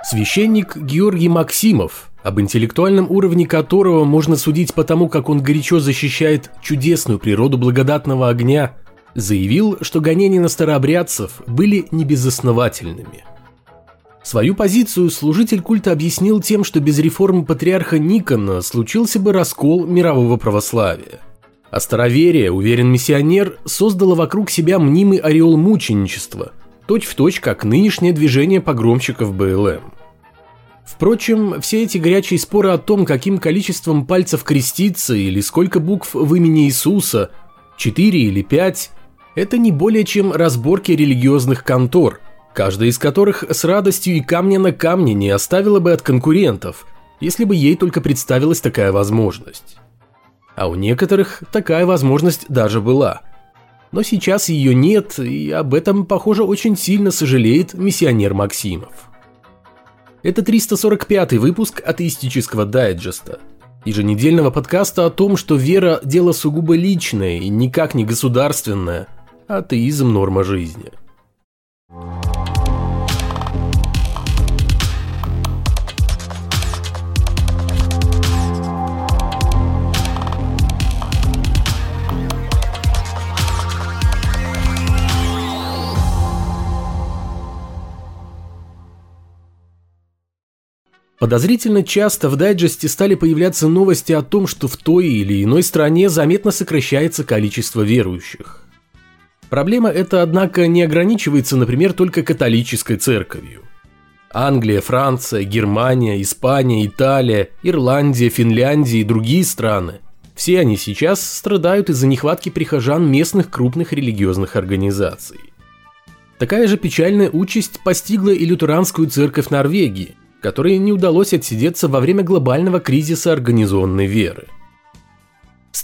Священник Георгий Максимов, об интеллектуальном уровне которого можно судить по тому, как он горячо защищает чудесную природу благодатного огня, заявил, что гонения на старообрядцев были небезосновательными. Свою позицию служитель культа объяснил тем, что без реформы патриарха Никона случился бы раскол мирового православия. А староверие, уверен миссионер, создало вокруг себя мнимый ореол мученичества, точь-в-точь, как нынешнее движение погромщиков БЛМ. Впрочем, все эти горячие споры о том, каким количеством пальцев креститься или сколько букв в имени Иисуса, 4 или 5, это не более чем разборки религиозных контор, каждая из которых с радостью и камня на камне не оставила бы от конкурентов, если бы ей только представилась такая возможность. А у некоторых такая возможность даже была. Но сейчас ее нет, и об этом, похоже, очень сильно сожалеет миссионер Максимов. Это 345-й выпуск атеистического дайджеста, еженедельного подкаста о том, что вера – дело сугубо личное и никак не государственное, а атеизм – норма жизни. Подозрительно часто в дайджесте стали появляться новости о том, что в той или иной стране заметно сокращается количество верующих. Проблема эта, однако, не ограничивается, например, только католической церковью. Англия, Франция, Германия, Испания, Италия, Ирландия, Финляндия и другие страны – все они сейчас страдают из-за нехватки прихожан местных крупных религиозных организаций. Такая же печальная участь постигла и лютеранскую церковь Норвегии, которой не удалось отсидеться во время глобального кризиса организованной веры. С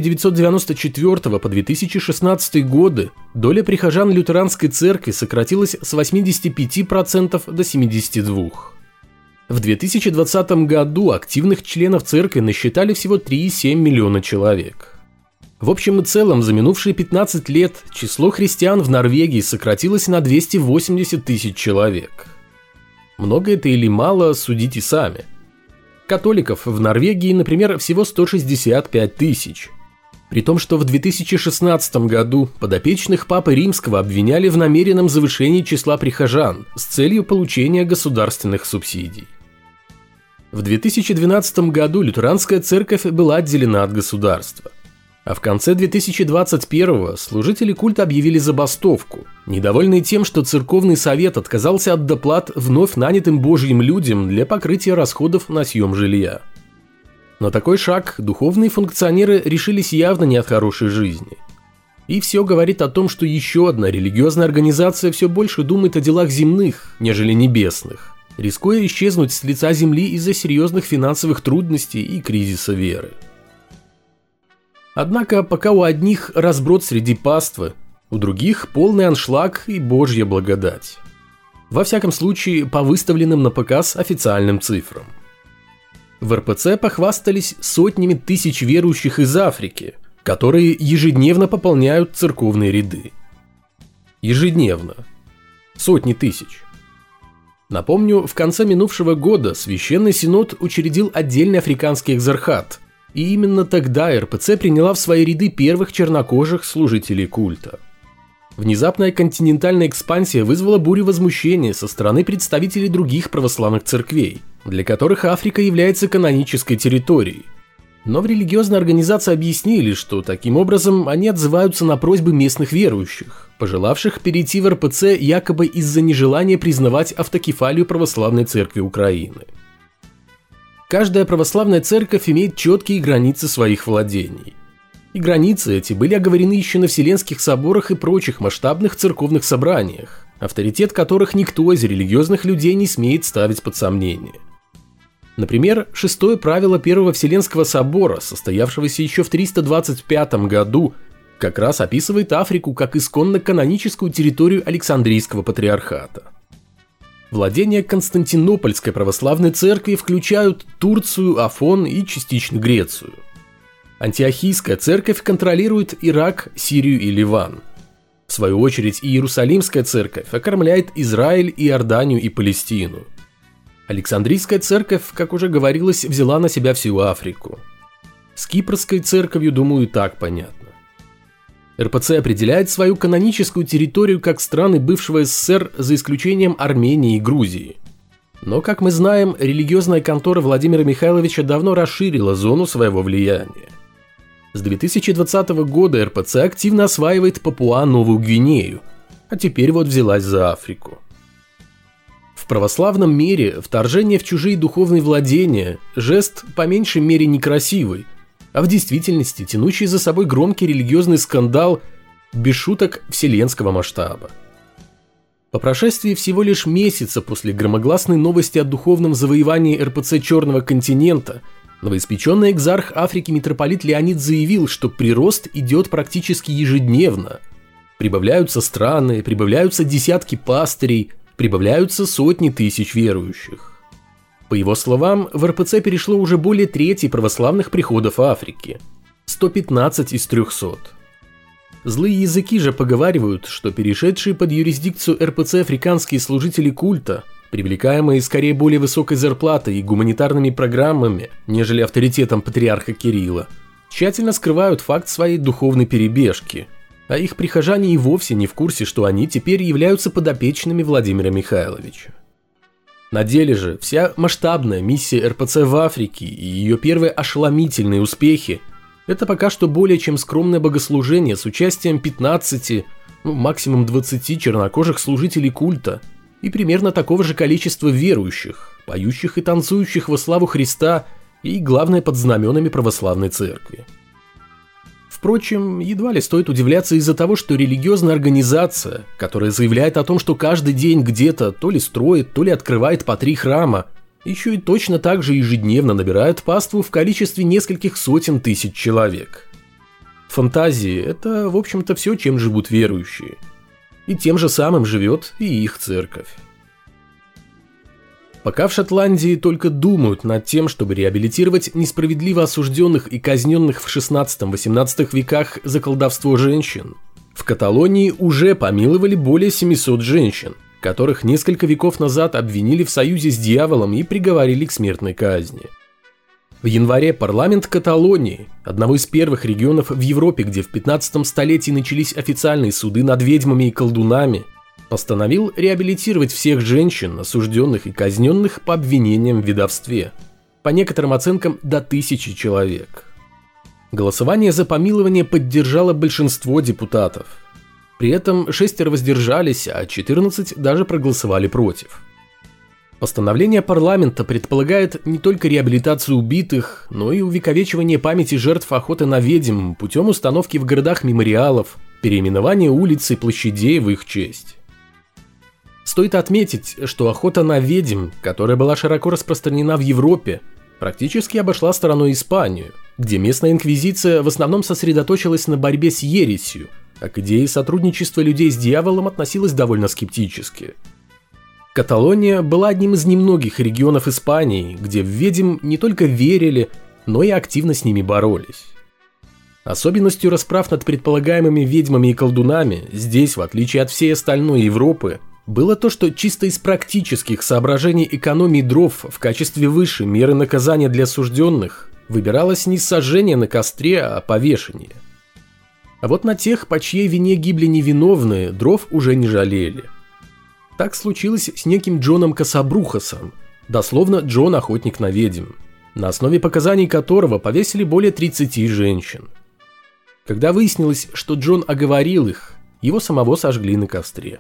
1994 по 2016 годы доля прихожан лютеранской церкви сократилась с 85% до 72%. В 2020 году активных членов церкви насчитали всего 3,7 миллиона человек. В общем и целом, за минувшие 15 лет число христиан в Норвегии сократилось на 280 тысяч человек. Много это или мало, судите сами. Католиков в Норвегии, например, всего 165 тысяч. При том, что в 2016 году подопечных Папы Римского обвиняли в намеренном завышении числа прихожан с целью получения государственных субсидий. В 2012 году лютеранская церковь была отделена от государства. А в конце 2021-го служители культа объявили забастовку, недовольные тем, что церковный совет отказался от доплат вновь нанятым божьим людям для покрытия расходов на съем жилья. На такой шаг духовные функционеры решились явно не от хорошей жизни. И все говорит о том, что еще одна религиозная организация все больше думает о делах земных, нежели небесных, рискуя исчезнуть с лица земли из-за серьезных финансовых трудностей и кризиса веры. Однако пока у одних разброд среди паствы, у других полный аншлаг и божья благодать. Во всяком случае, по выставленным на показ официальным цифрам. В РПЦ похвастались сотнями тысяч верующих из Африки, которые ежедневно пополняют церковные ряды. Ежедневно. Сотни тысяч. Напомню, в конце минувшего года Священный Синод учредил отдельный африканский экзархат, и именно тогда РПЦ приняла в свои ряды первых чернокожих служителей культа. Внезапная континентальная экспансия вызвала бурю возмущения со стороны представителей других православных церквей, для которых Африка является канонической территорией. Но в религиозной организации объяснили, что таким образом они отзываются на просьбы местных верующих, пожелавших перейти в РПЦ якобы из-за нежелания признавать автокефалию православной церкви Украины. Каждая православная церковь имеет четкие границы своих владений. И границы эти были оговорены еще на Вселенских соборах и прочих масштабных церковных собраниях, авторитет которых никто из религиозных людей не смеет ставить под сомнение. Например, шестое правило Первого Вселенского собора, состоявшегося еще в 325 году, как раз описывает Африку как исконно каноническую территорию Александрийского патриархата. Владения Константинопольской православной церкви включают Турцию, Афон и частично Грецию. Антиохийская церковь контролирует Ирак, Сирию и Ливан. В свою очередь Иерусалимская церковь окормляет Израиль, Иорданию и Палестину. Александрийская церковь, как уже говорилось, взяла на себя всю Африку. С Кипрской церковью, думаю, и так понятно. РПЦ определяет свою каноническую территорию как страны бывшего СССР за исключением Армении и Грузии. Но, как мы знаем, религиозная контора Владимира Михайловича давно расширила зону своего влияния. С 2020 года РПЦ активно осваивает Папуа-Новую Гвинею, а теперь вот взялась за Африку. В православном мире вторжение в чужие духовные владения – жест по меньшей мере некрасивый, а в действительности тянущий за собой громкий религиозный скандал, без шуток, вселенского масштаба. По прошествии всего лишь месяца после громогласной новости о духовном завоевании РПЦ Черного континента, новоиспеченный экзарх Африки митрополит Леонид заявил, что прирост идет практически ежедневно. Прибавляются страны, прибавляются десятки пастырей, прибавляются сотни тысяч верующих. По его словам, в РПЦ перешло уже более трети православных приходов Африки – 115 из 300. Злые языки же поговаривают, что перешедшие под юрисдикцию РПЦ африканские служители культа, привлекаемые скорее более высокой зарплатой и гуманитарными программами, нежели авторитетом патриарха Кирилла, тщательно скрывают факт своей духовной перебежки, а их прихожане и вовсе не в курсе, что они теперь являются подопечными Владимира Михайловича. На деле же вся масштабная миссия РПЦ в Африке и ее первые ошеломительные успехи – это пока что более чем скромное богослужение с участием 15, максимум 20 чернокожих служителей культа и примерно такого же количества верующих, поющих и танцующих во славу Христа и, главное, под знаменами православной церкви. Впрочем, едва ли стоит удивляться из-за того, что религиозная организация, которая заявляет о том, что каждый день где-то то ли строит, то ли открывает по 3 храма, еще и точно так же ежедневно набирает паству в количестве нескольких сотен тысяч человек. Фантазии – это, в общем-то, все, чем живут верующие. И тем же самым живет и их церковь. Пока в Шотландии только думают над тем, чтобы реабилитировать несправедливо осужденных и казненных в XVI-XVIII веках за колдовство женщин, в Каталонии уже помиловали более 700 женщин, которых несколько веков назад обвинили в союзе с дьяволом и приговорили к смертной казни. В январе парламент Каталонии, одного из первых регионов в Европе, где в 15 столетии начались официальные суды над ведьмами и колдунами, постановил реабилитировать всех женщин, осужденных и казненных по обвинениям в ведовстве, по некоторым оценкам до 1000 человек. Голосование за помилование поддержало большинство депутатов. При этом 6 воздержались, а 14 даже проголосовали против. Постановление парламента предполагает не только реабилитацию убитых, но и увековечивание памяти жертв охоты на ведьм путем установки в городах мемориалов, переименования улиц и площадей в их честь. Стоит отметить, что охота на ведьм, которая была широко распространена в Европе, практически обошла стороной Испанию, где местная инквизиция в основном сосредоточилась на борьбе с ересью, а к идее сотрудничества людей с дьяволом относилась довольно скептически. Каталония была одним из немногих регионов Испании, где в ведьм не только верили, но и активно с ними боролись. Особенностью расправ над предполагаемыми ведьмами и колдунами здесь, в отличие от всей остальной Европы, было то, что чисто из практических соображений экономии дров в качестве высшей меры наказания для осужденных выбиралось не сожжение на костре, а повешение. А вот на тех, по чьей вине гибли невиновные, дров уже не жалели. Так случилось с неким Джоном Касабрухасом, дословно Джон Охотник на ведьм, на основе показаний которого повесили более 30 женщин. Когда выяснилось, что Джон оговорил их, его самого сожгли на костре.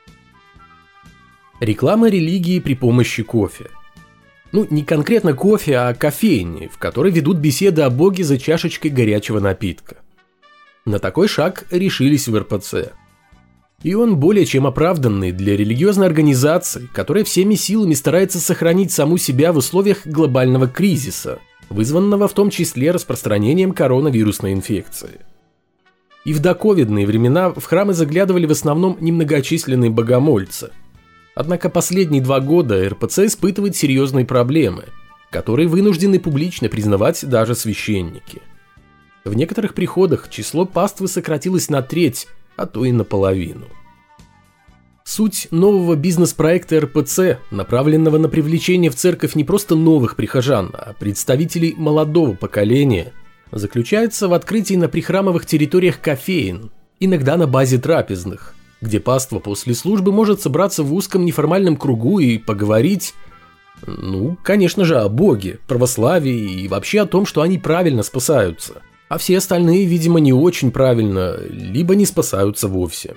Реклама религии при помощи кофе. Не конкретно кофе, а кофейни, в которой ведут беседы о Боге за чашечкой горячего напитка. На такой шаг решились в РПЦ. И он более чем оправданный для религиозной организации, которая всеми силами старается сохранить саму себя в условиях глобального кризиса, вызванного в том числе распространением коронавирусной инфекции. И в доковидные времена в храмы заглядывали в основном немногочисленные богомольцы. Однако последние 2 года РПЦ испытывает серьезные проблемы, которые вынуждены публично признавать даже священники. В некоторых приходах число паствы сократилось на треть, а то и наполовину. Суть нового бизнес-проекта РПЦ, направленного на привлечение в церковь не просто новых прихожан, а представителей молодого поколения, заключается в открытии на прихрамовых территориях кофеен, иногда на базе трапезных, где паства после службы может собраться в узком неформальном кругу и поговорить, конечно же, о Боге, православии и вообще о том, что они правильно спасаются, а все остальные, видимо, не очень правильно, либо не спасаются вовсе.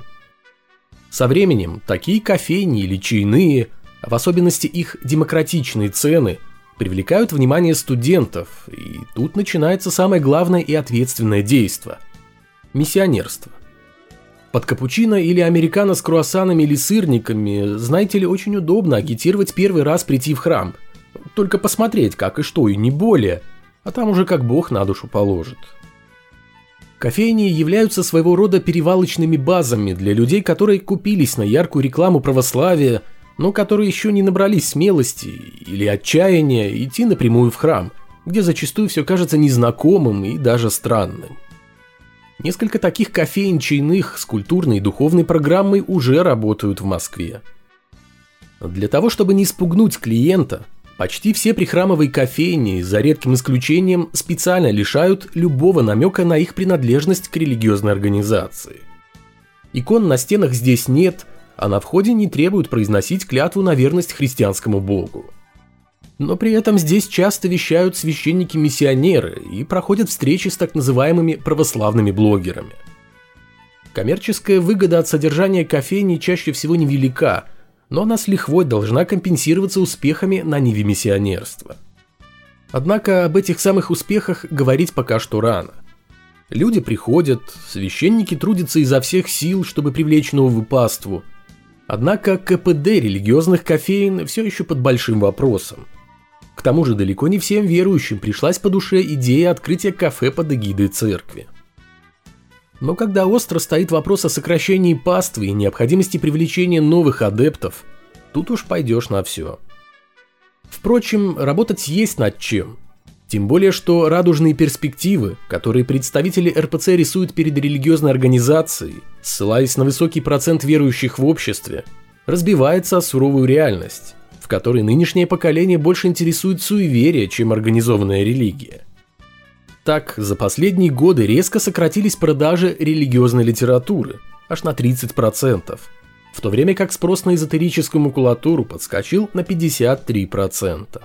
Со временем такие кофейни или чайные, а в особенности их демократичные цены, привлекают внимание студентов, и тут начинается самое главное и ответственное действо – миссионерство. Под капучино или американо с круассанами или сырниками, знаете ли, очень удобно агитировать первый раз прийти в храм. Только посмотреть, как и что, и не более, а там уже как Бог на душу положит. Кофейни являются своего рода перевалочными базами для людей, которые купились на яркую рекламу православия, но которые еще не набрались смелости или отчаяния идти напрямую в храм, где зачастую все кажется незнакомым и даже странным. Несколько таких кофеен чайных с культурной и духовной программой уже работают в Москве. Для того, чтобы не спугнуть клиента, почти все прихрамовые кофейни, за редким исключением, специально лишают любого намека на их принадлежность к религиозной организации. Икон на стенах здесь нет, а на входе не требуют произносить клятву на верность христианскому богу. Но при этом здесь часто вещают священники-миссионеры и проходят встречи с так называемыми православными блогерами. Коммерческая выгода от содержания кофейни чаще всего невелика, но она с лихвой должна компенсироваться успехами на ниве миссионерства. Однако об этих самых успехах говорить пока что рано. Люди приходят, священники трудятся изо всех сил, чтобы привлечь новую паству. Однако КПД религиозных кофеен все еще под большим вопросом. К тому же далеко не всем верующим пришлась по душе идея открытия кафе под эгидой церкви. Но когда остро стоит вопрос о сокращении паствы и необходимости привлечения новых адептов, тут уж пойдешь на все. Впрочем, работать есть над чем. Тем более, что радужные перспективы, которые представители РПЦ рисуют перед религиозной организацией, ссылаясь на высокий процент верующих в обществе, разбивается о суровую реальность, в которой нынешнее поколение больше интересует суеверие, чем организованная религия. Так, за последние годы резко сократились продажи религиозной литературы, аж на 30%, в то время как спрос на эзотерическую макулатуру подскочил на 53%.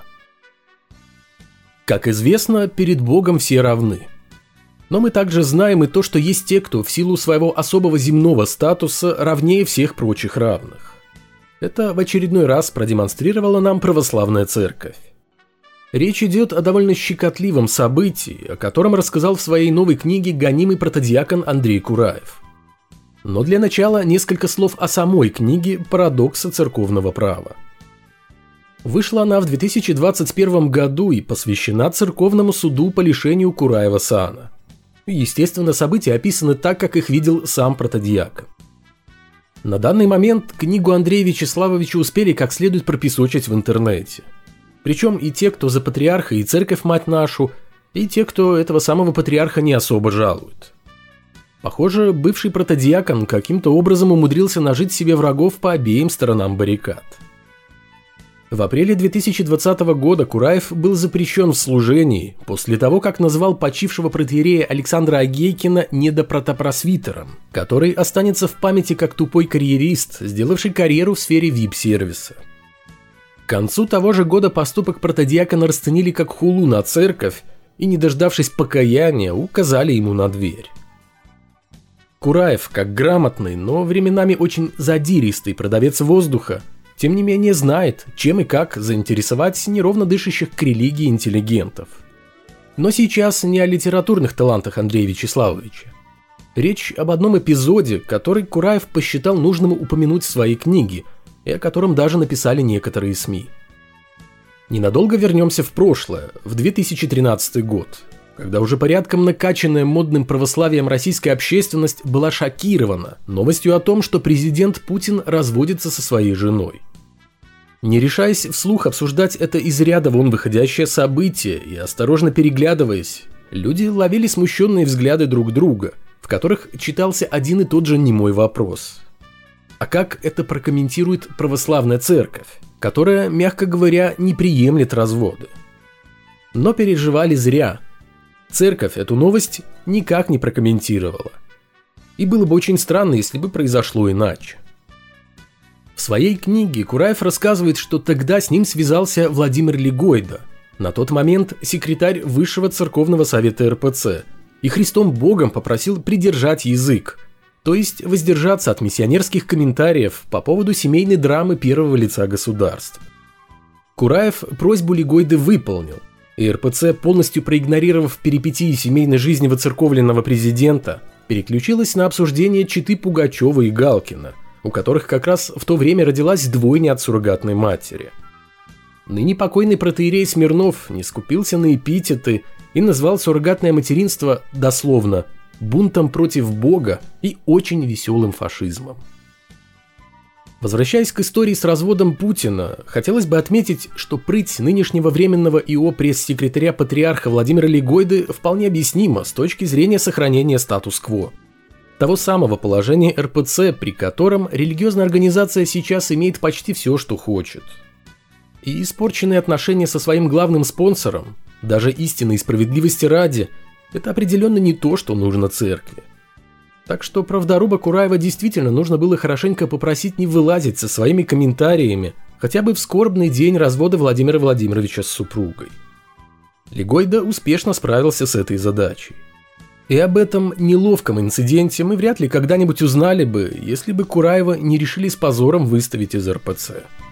Как известно, перед Богом все равны. Но мы также знаем и то, что есть те, кто в силу своего особого земного статуса равнее всех прочих равных. Это в очередной раз продемонстрировала нам православная церковь. Речь идет о довольно щекотливом событии, о котором рассказал в своей новой книге гонимый протодиакон Андрей Кураев. Но для начала несколько слов о самой книге «Парадоксы церковного права». Вышла она в 2021 году и посвящена церковному суду по лишению Кураева сана. Естественно, события описаны так, как их видел сам протодиакон. На данный момент книгу Андрея Вячеславовича успели как следует пропесочить в интернете. Причем и те, кто за патриарха и церковь мать нашу, и те, кто этого самого патриарха не особо жалует. Похоже, бывший протодиакон каким-то образом умудрился нажить себе врагов по обеим сторонам баррикад. В апреле 2020 года Кураев был запрещен в служении после того, как назвал почившего протоиерея Александра Агейкина недопротопросвитером, который останется в памяти как тупой карьерист, сделавший карьеру в сфере VIP-сервиса. К концу того же года поступок протодиакона расценили как хулу на церковь и, не дождавшись покаяния, указали ему на дверь. Кураев, как грамотный, но временами очень задиристый продавец воздуха, тем не менее знает, чем и как заинтересовать неровно дышащих к религии интеллигентов. Но сейчас не о литературных талантах Андрея Вячеславовича. Речь об одном эпизоде, который Кураев посчитал нужным упомянуть в своей книге, и о котором даже написали некоторые СМИ. Ненадолго вернемся в прошлое, в 2013 год, когда уже порядком накачанная модным православием российская общественность была шокирована новостью о том, что президент Путин разводится со своей женой. Не решаясь вслух обсуждать это из ряда вон выходящее событие и осторожно переглядываясь, люди ловили смущенные взгляды друг друга, в которых читался один и тот же немой вопрос. А как это прокомментирует православная церковь, которая, мягко говоря, не приемлет разводы? Но переживали зря. Церковь эту новость никак не прокомментировала. И было бы очень странно, если бы произошло иначе. В своей книге Кураев рассказывает, что тогда с ним связался Владимир Легойда, на тот момент секретарь Высшего церковного совета РПЦ, и Христом Богом попросил придержать язык, то есть воздержаться от миссионерских комментариев по поводу семейной драмы первого лица государства. Кураев просьбу Легойды выполнил, и РПЦ, полностью проигнорировав перипетии семейной жизни воцерковленного президента, переключилась на обсуждение четы Пугачева и Галкина, у которых как раз в то время родилась двойня от суррогатной матери. Ныне покойный протоиерей Смирнов не скупился на эпитеты и назвал суррогатное материнство дословно «бунтом против Бога» и очень веселым фашизмом. Возвращаясь к истории с разводом Путина, хотелось бы отметить, что прыть нынешнего временного ИО пресс-секретаря патриарха Владимира Легойды вполне объяснима с точки зрения сохранения статус-кво. Того самого положения РПЦ, при котором религиозная организация сейчас имеет почти все, что хочет. И испорченные отношения со своим главным спонсором, даже истинной справедливости ради, это определенно не то, что нужно церкви. Так что правдоруба Кураева действительно нужно было хорошенько попросить не вылазить со своими комментариями хотя бы в скорбный день развода Владимира Владимировича с супругой. Легойда успешно справился с этой задачей. И об этом неловком инциденте мы вряд ли когда-нибудь узнали бы, если бы Кураева не решили с позором выставить из РПЦ.